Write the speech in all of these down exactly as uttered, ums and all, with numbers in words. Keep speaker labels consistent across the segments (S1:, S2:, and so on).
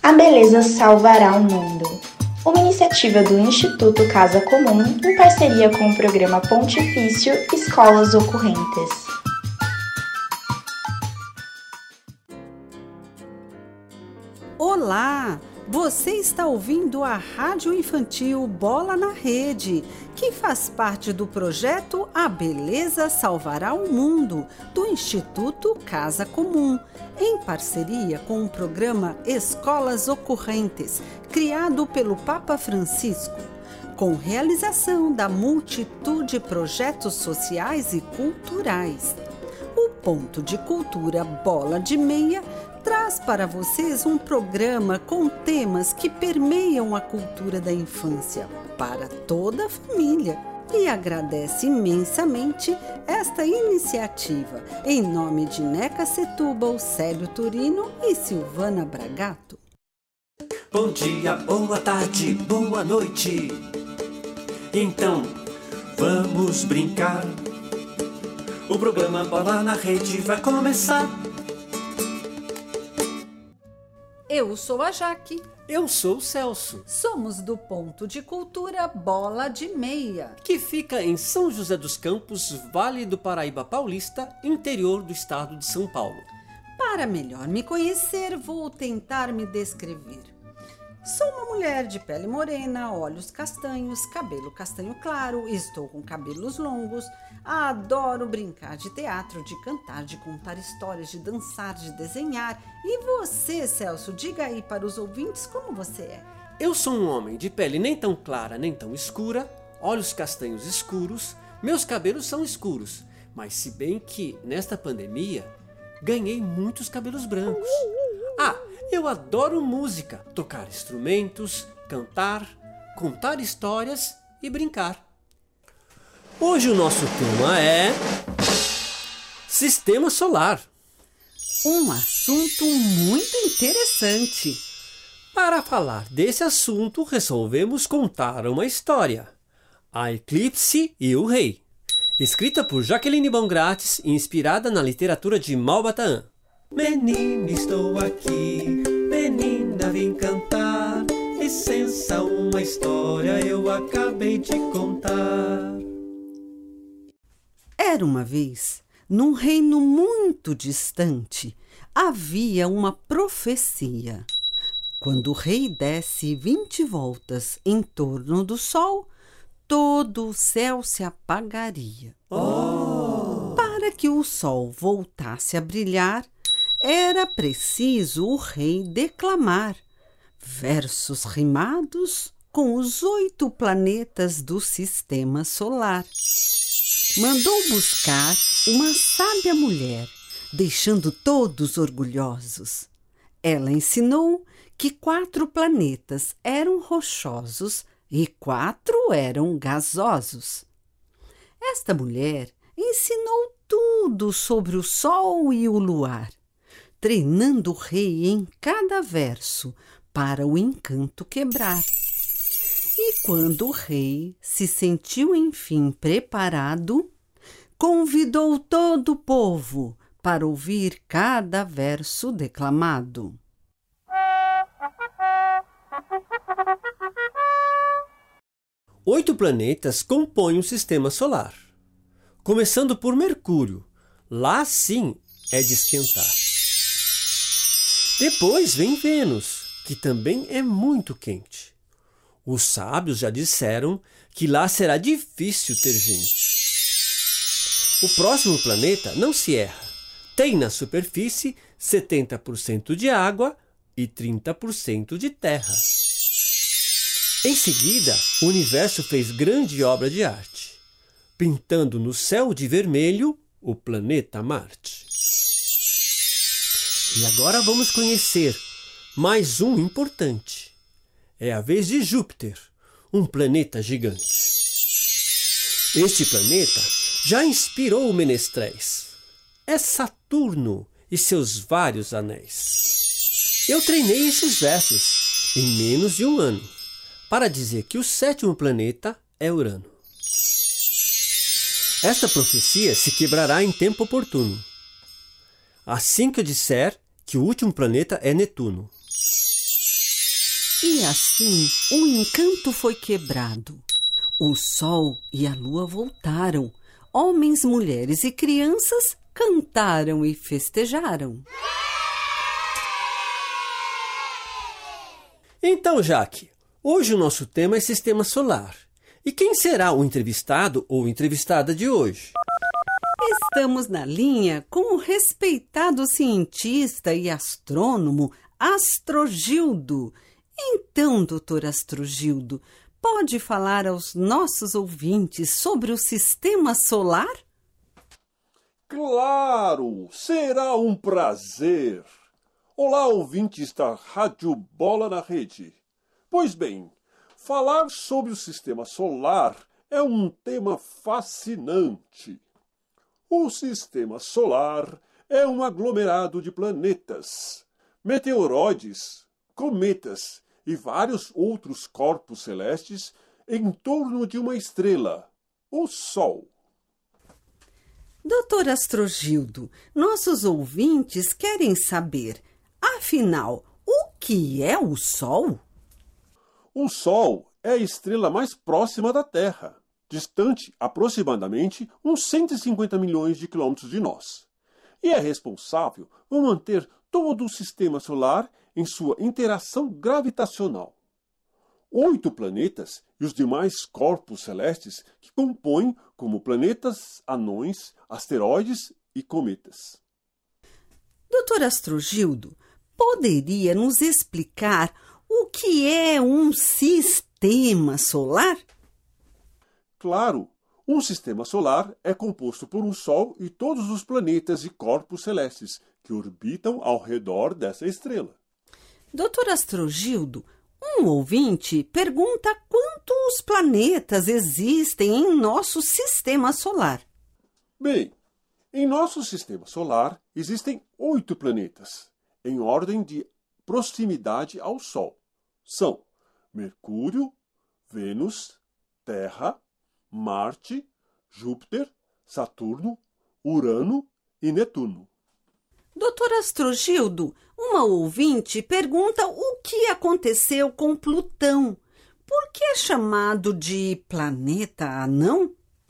S1: A beleza salvará o mundo. Uma iniciativa do Instituto Casa Comum em parceria com o programa Pontifício Escolas Ocorrentes.
S2: Olá! Você está ouvindo a Rádio Infantil Bola na Rede, que faz parte do projeto A Beleza Salvará o Mundo, do Instituto Casa Comum, em parceria com o programa Escolas Ocorrentes, criado pelo Papa Francisco, com realização da multitude de projetos sociais e culturais. O Ponto de Cultura Bola de Meia traz para vocês um programa com temas que permeiam a cultura da infância para toda a família e agradece imensamente esta iniciativa em nome de Neca Setúbal, Célio Turino e Silvana Bragato.
S3: Bom dia, boa tarde, boa noite. Então, vamos brincar. O programa Bola na Rede vai começar.
S2: Eu sou a Jaque.
S4: Eu sou o Celso.
S2: Somos do Ponto de Cultura Bola de Meia,
S4: que fica em São José dos Campos, Vale do Paraíba Paulista, interior do estado de São Paulo.
S2: Para melhor me conhecer, vou tentar me descrever. Sou uma mulher de pele morena, olhos castanhos, cabelo castanho claro, estou com cabelos longos, adoro brincar de teatro, de cantar, de contar histórias, de dançar, de desenhar. E você, Celso, diga aí para os ouvintes como você é.
S4: Eu sou um homem de pele nem tão clara nem tão escura, olhos castanhos escuros, meus cabelos são escuros, mas se bem que nesta pandemia ganhei muitos cabelos brancos. Ah, eu adoro música, tocar instrumentos, cantar, contar histórias e brincar. Hoje o nosso tema é Sistema Solar.
S2: Um assunto muito interessante.
S4: Para falar desse assunto, resolvemos contar uma história. A Eclipse e o Rei, escrita por Jaqueline Bongrates e inspirada na literatura de Malbataan.
S3: Menina, estou aqui, menina, vim cantar. Licença, uma história eu acabei de contar.
S2: Era uma vez, num reino muito distante, havia uma profecia. Quando o rei desse vinte voltas em torno do sol, todo o céu se apagaria.
S3: Oh!
S2: Para que o sol voltasse a brilhar, era preciso o rei declamar versos rimados com os oito planetas do sistema solar. Mandou buscar uma sábia mulher, deixando todos orgulhosos. Ela ensinou que quatro planetas eram rochosos e quatro eram gasosos. Esta mulher ensinou tudo sobre o sol e o luar, treinando o rei em cada verso para o encanto quebrar. E quando o rei se sentiu enfim preparado, convidou todo o povo para ouvir cada verso declamado.
S4: Oito planetas compõem o sistema solar, começando por Mercúrio. Lá sim é de esquentar. Depois vem Vênus, que também é muito quente. Os sábios já disseram que lá será difícil ter gente. O próximo planeta não se erra. Tem na superfície setenta por cento de água e trinta por cento de terra. Em seguida, o universo fez grande obra de arte, pintando no céu de vermelho o planeta Marte. E agora vamos conhecer mais um importante. É a vez de Júpiter, um planeta gigante. Este planeta já inspirou menestréis. É Saturno e seus vários anéis. Eu treinei esses versos em menos de um ano para dizer que o sétimo planeta é Urano. Esta profecia se quebrará em tempo oportuno, assim que eu disser que o último planeta é Netuno.
S2: E assim o encanto foi quebrado. O sol e a lua voltaram. Homens, mulheres e crianças cantaram e festejaram.
S4: Então, Jaque, hoje o nosso tema é Sistema Solar. E quem será o entrevistado ou entrevistada de hoje?
S2: Estamos na linha com o respeitado cientista e astrônomo Astrogildo. Então, doutor Astrogildo, pode falar aos nossos ouvintes sobre o Sistema Solar?
S5: Claro, será um prazer. Olá, ouvintes da Rádio Bola na Rede. Pois bem, falar sobre o Sistema Solar é um tema fascinante. O Sistema Solar é um aglomerado de planetas, meteoroides, cometas e vários outros corpos celestes em torno de uma estrela, o Sol.
S2: doutor Astrogildo, nossos ouvintes querem saber, afinal, o que é o Sol?
S5: O Sol é a estrela mais próxima da Terra, distante aproximadamente uns cento e cinquenta milhões de quilômetros de nós, e é responsável por manter todo o Sistema Solar em sua interação gravitacional. Oito planetas e os demais corpos celestes que compõem como planetas, anões, asteroides e cometas.
S2: doutor Astrogildo, poderia nos explicar o que é um sistema solar?
S5: Claro, um sistema solar é composto por um Sol e todos os planetas e corpos celestes que orbitam ao redor dessa estrela.
S2: doutor Astrogildo, um ouvinte pergunta quantos planetas existem em nosso sistema solar.
S5: Bem, em nosso sistema solar existem oito planetas, em ordem de proximidade ao Sol. São Mercúrio, Vênus, Terra, Marte, Júpiter, Saturno, Urano e Netuno.
S2: doutor Astrogildo, uma ouvinte pergunta o que aconteceu com Plutão. Por que é chamado de planeta anão?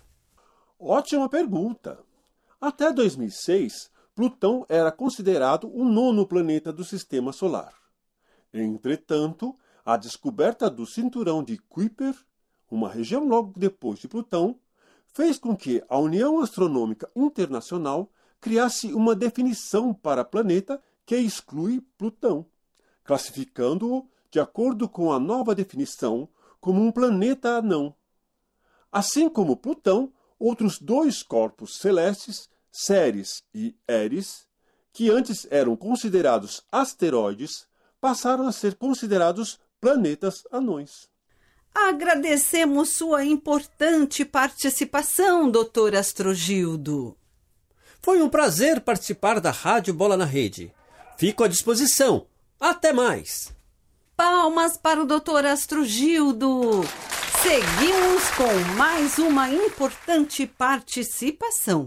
S5: Ótima pergunta! Até dois mil e seis, Plutão era considerado o nono planeta do Sistema Solar. Entretanto, a descoberta do cinturão de Kuiper, uma região logo depois de Plutão, fez com que a União Astronômica Internacional criasse uma definição para planeta que exclui Plutão, classificando-o, de acordo com a nova definição, como um planeta anão. Assim como Plutão, outros dois corpos celestes, Ceres e Eris, que antes eram considerados asteroides, passaram a ser considerados planetas anões.
S2: Agradecemos sua importante participação, doutor Astrogildo.
S4: Foi um prazer participar da Rádio Bola na Rede. Fico à disposição. Até mais!
S2: Palmas para o doutor Astrogildo. Seguimos com mais uma importante participação.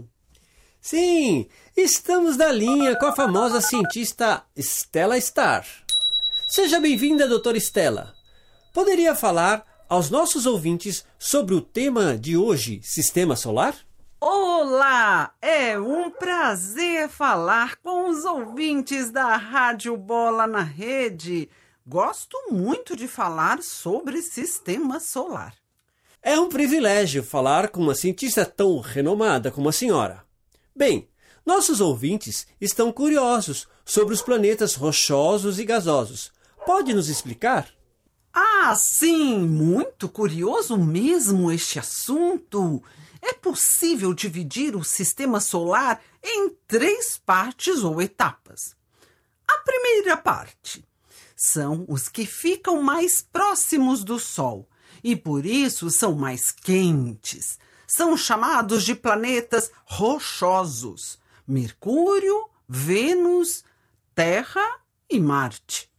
S4: Sim, estamos na linha com a famosa cientista Stella Starr. Seja bem-vinda, doutora Stella. Poderia falar aos nossos ouvintes sobre o tema de hoje, Sistema Solar?
S6: Olá! É um prazer falar com os ouvintes da Rádio Bola na Rede. Gosto muito de falar sobre Sistema Solar.
S4: É um privilégio falar com uma cientista tão renomada como a senhora. Bem, nossos ouvintes estão curiosos sobre os planetas rochosos e gasosos. Pode nos explicar?
S6: Ah, sim! Muito curioso mesmo este assunto. É possível dividir o Sistema Solar em três partes ou etapas. A primeira parte são os que ficam mais próximos do Sol e, por isso, são mais quentes. São chamados de planetas rochosos: Mercúrio, Vênus, Terra e Marte.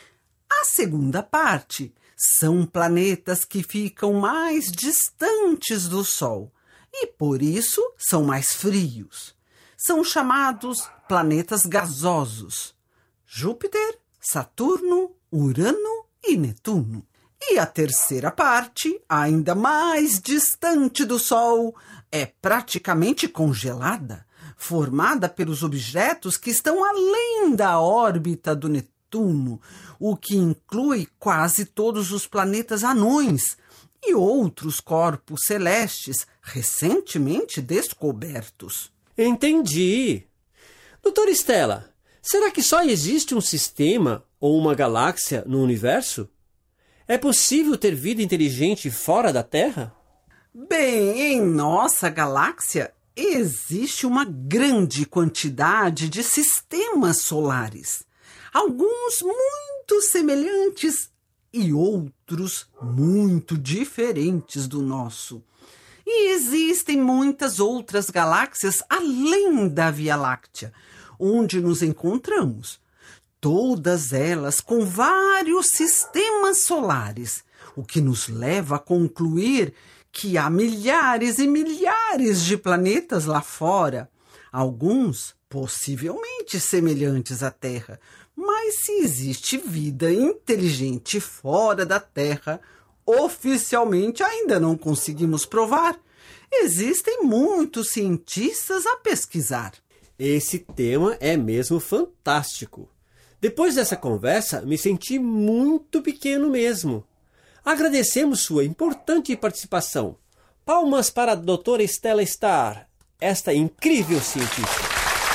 S6: A segunda parte são planetas que ficam mais distantes do Sol e, por isso, são mais frios. São chamados planetas gasosos: Júpiter, Saturno, Urano e Netuno. E a terceira parte, ainda mais distante do Sol, é praticamente congelada, formada pelos objetos que estão além da órbita do Netuno, o que inclui quase todos os planetas anões e outros corpos celestes recentemente descobertos.
S4: Entendi. Doutora Estela, será que só existe um sistema ou uma galáxia no universo? É possível ter vida inteligente fora da Terra?
S6: Bem, em nossa galáxia existe uma grande quantidade de sistemas solares, alguns muito semelhantes e outros muito diferentes do nosso. E existem muitas outras galáxias além da Via Láctea, onde nos encontramos. Todas elas com vários sistemas solares, o que nos leva a concluir que há milhares e milhares de planetas lá fora, alguns possivelmente semelhantes à Terra. Mas se existe vida inteligente fora da Terra, oficialmente ainda não conseguimos provar. Existem muitos cientistas a pesquisar.
S4: Esse tema é mesmo fantástico. Depois dessa conversa, me senti muito pequeno mesmo. Agradecemos sua importante participação. Palmas para a doutora Estela Star, esta incrível cientista.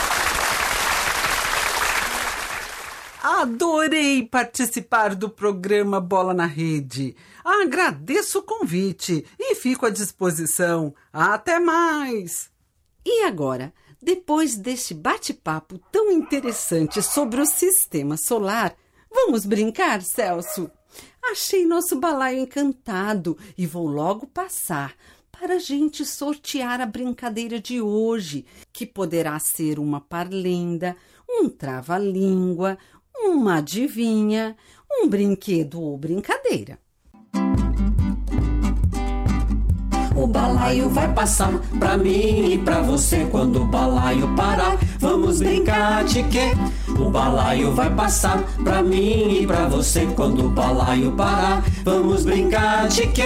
S6: Adorei participar do programa Bola na Rede. Agradeço o convite e fico à disposição. Até mais!
S2: E agora, depois deste bate-papo tão interessante sobre o sistema solar, vamos brincar, Celso? Achei nosso balaio encantado e vou logo passar para a gente sortear a brincadeira de hoje, que poderá ser uma parlenda, um trava-língua, uma adivinha, um brinquedo ou brincadeira.
S3: O balaio vai passar pra mim e pra você. Quando o balaio parar, vamos brincar de quê? O balaio vai passar pra mim e pra você. Quando o balaio parar, vamos brincar de quê?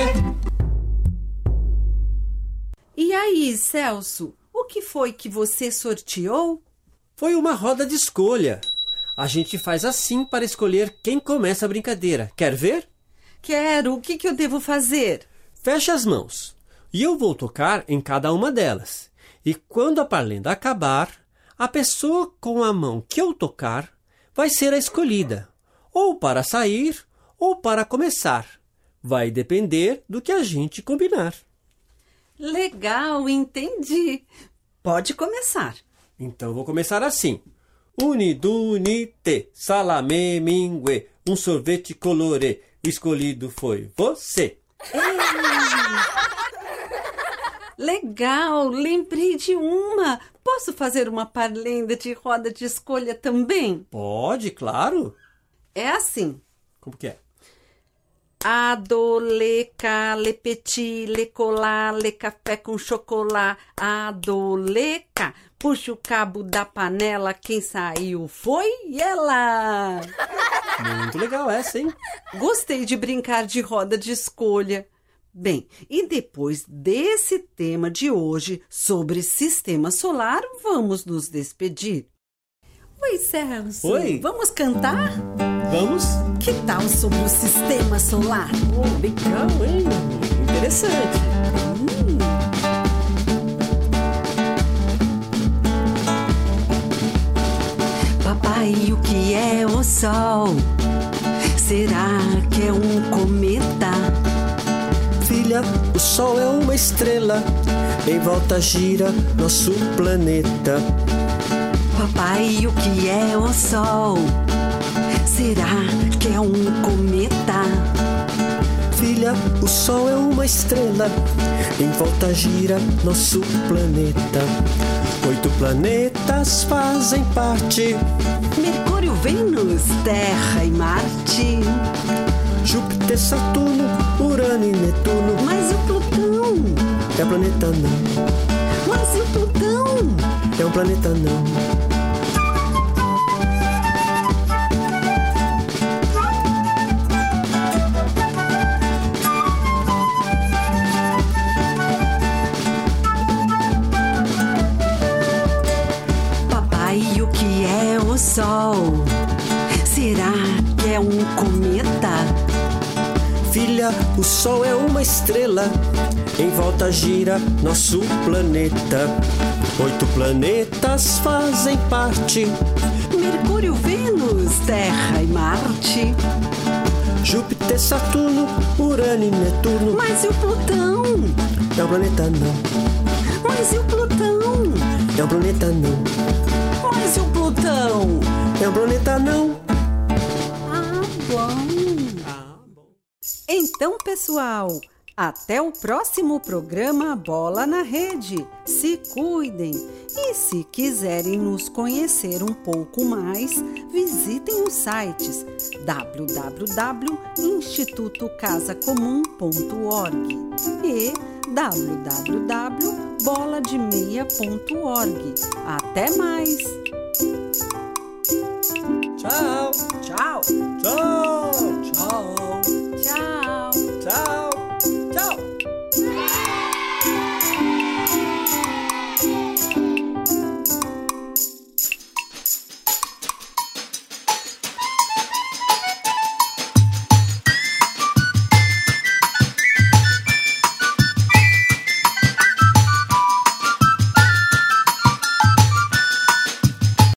S2: E aí, Celso, o que foi que você sorteou?
S4: Foi uma roda de escolha. A gente faz assim para escolher quem começa a brincadeira. Quer ver?
S2: Quero. O que, que eu devo fazer?
S4: Feche as mãos. E eu vou tocar em cada uma delas. E quando a parlenda acabar, a pessoa com a mão que eu tocar vai ser a escolhida. Ou para sair, ou para começar. Vai depender do que a gente combinar.
S2: Legal, entendi. Pode começar.
S4: Então vou começar assim. Unidunite, salame mingue, um sorvete colorê. O escolhido foi você.
S2: Legal, lembrei de uma. Posso fazer uma parlenda de roda de escolha também?
S4: Pode, claro.
S2: É assim.
S4: Como que é?
S2: Ado, leca, lepeti, lecolá, le café com chocolate. Ado, leca. Puxa o cabo da panela, quem saiu foi ela.
S4: Muito legal essa, hein?
S2: Gostei de brincar de roda de escolha. Bem, e depois desse tema de hoje sobre sistema solar, vamos nos despedir. Oi, Celso.
S4: Oi.
S2: Vamos cantar?
S4: Vamos?
S2: Que tal sobre o sistema solar?
S4: Oh, legal, hein? Interessante.
S2: Hum.
S7: Papai, o que é o Sol? Será que é um cometa?
S4: Filha, o Sol é uma estrela, em volta gira nosso planeta.
S7: Papai, o que é o Sol? Será que é um cometa?
S4: Filha, o Sol é uma estrela, em volta gira nosso planeta. Oito planetas fazem parte:
S7: Mercúrio, Vênus, Terra e Marte.
S4: Júpiter, Saturno, Urano e Netuno.
S7: Mas e o Plutão?
S4: É um planeta não.
S7: Mas e o Plutão?
S4: É um planeta não.
S7: o Sol? Será que é um cometa?
S3: Filha, o Sol é uma estrela, em volta gira nosso planeta. Oito planetas fazem parte:
S7: Mercúrio, Vênus, Terra e Marte.
S3: Júpiter, Saturno, Urano e Netuno.
S7: Mas e o Plutão?
S3: É um planeta não.
S7: Mas e o Plutão?
S3: É um planeta não.
S7: Mas e o Plutão?
S3: É um planeta não.
S7: Ah, bom.
S2: Então, pessoal, até o próximo programa Bola na Rede. Se cuidem e, se quiserem nos conhecer um pouco mais, visitem os sites w w w ponto instituto casa comum ponto org e w w w ponto bola de meia ponto org. Até mais!
S3: Tchau!
S2: Tchau!
S3: Tchau! Tchau!
S2: Tchau!
S3: Tchau!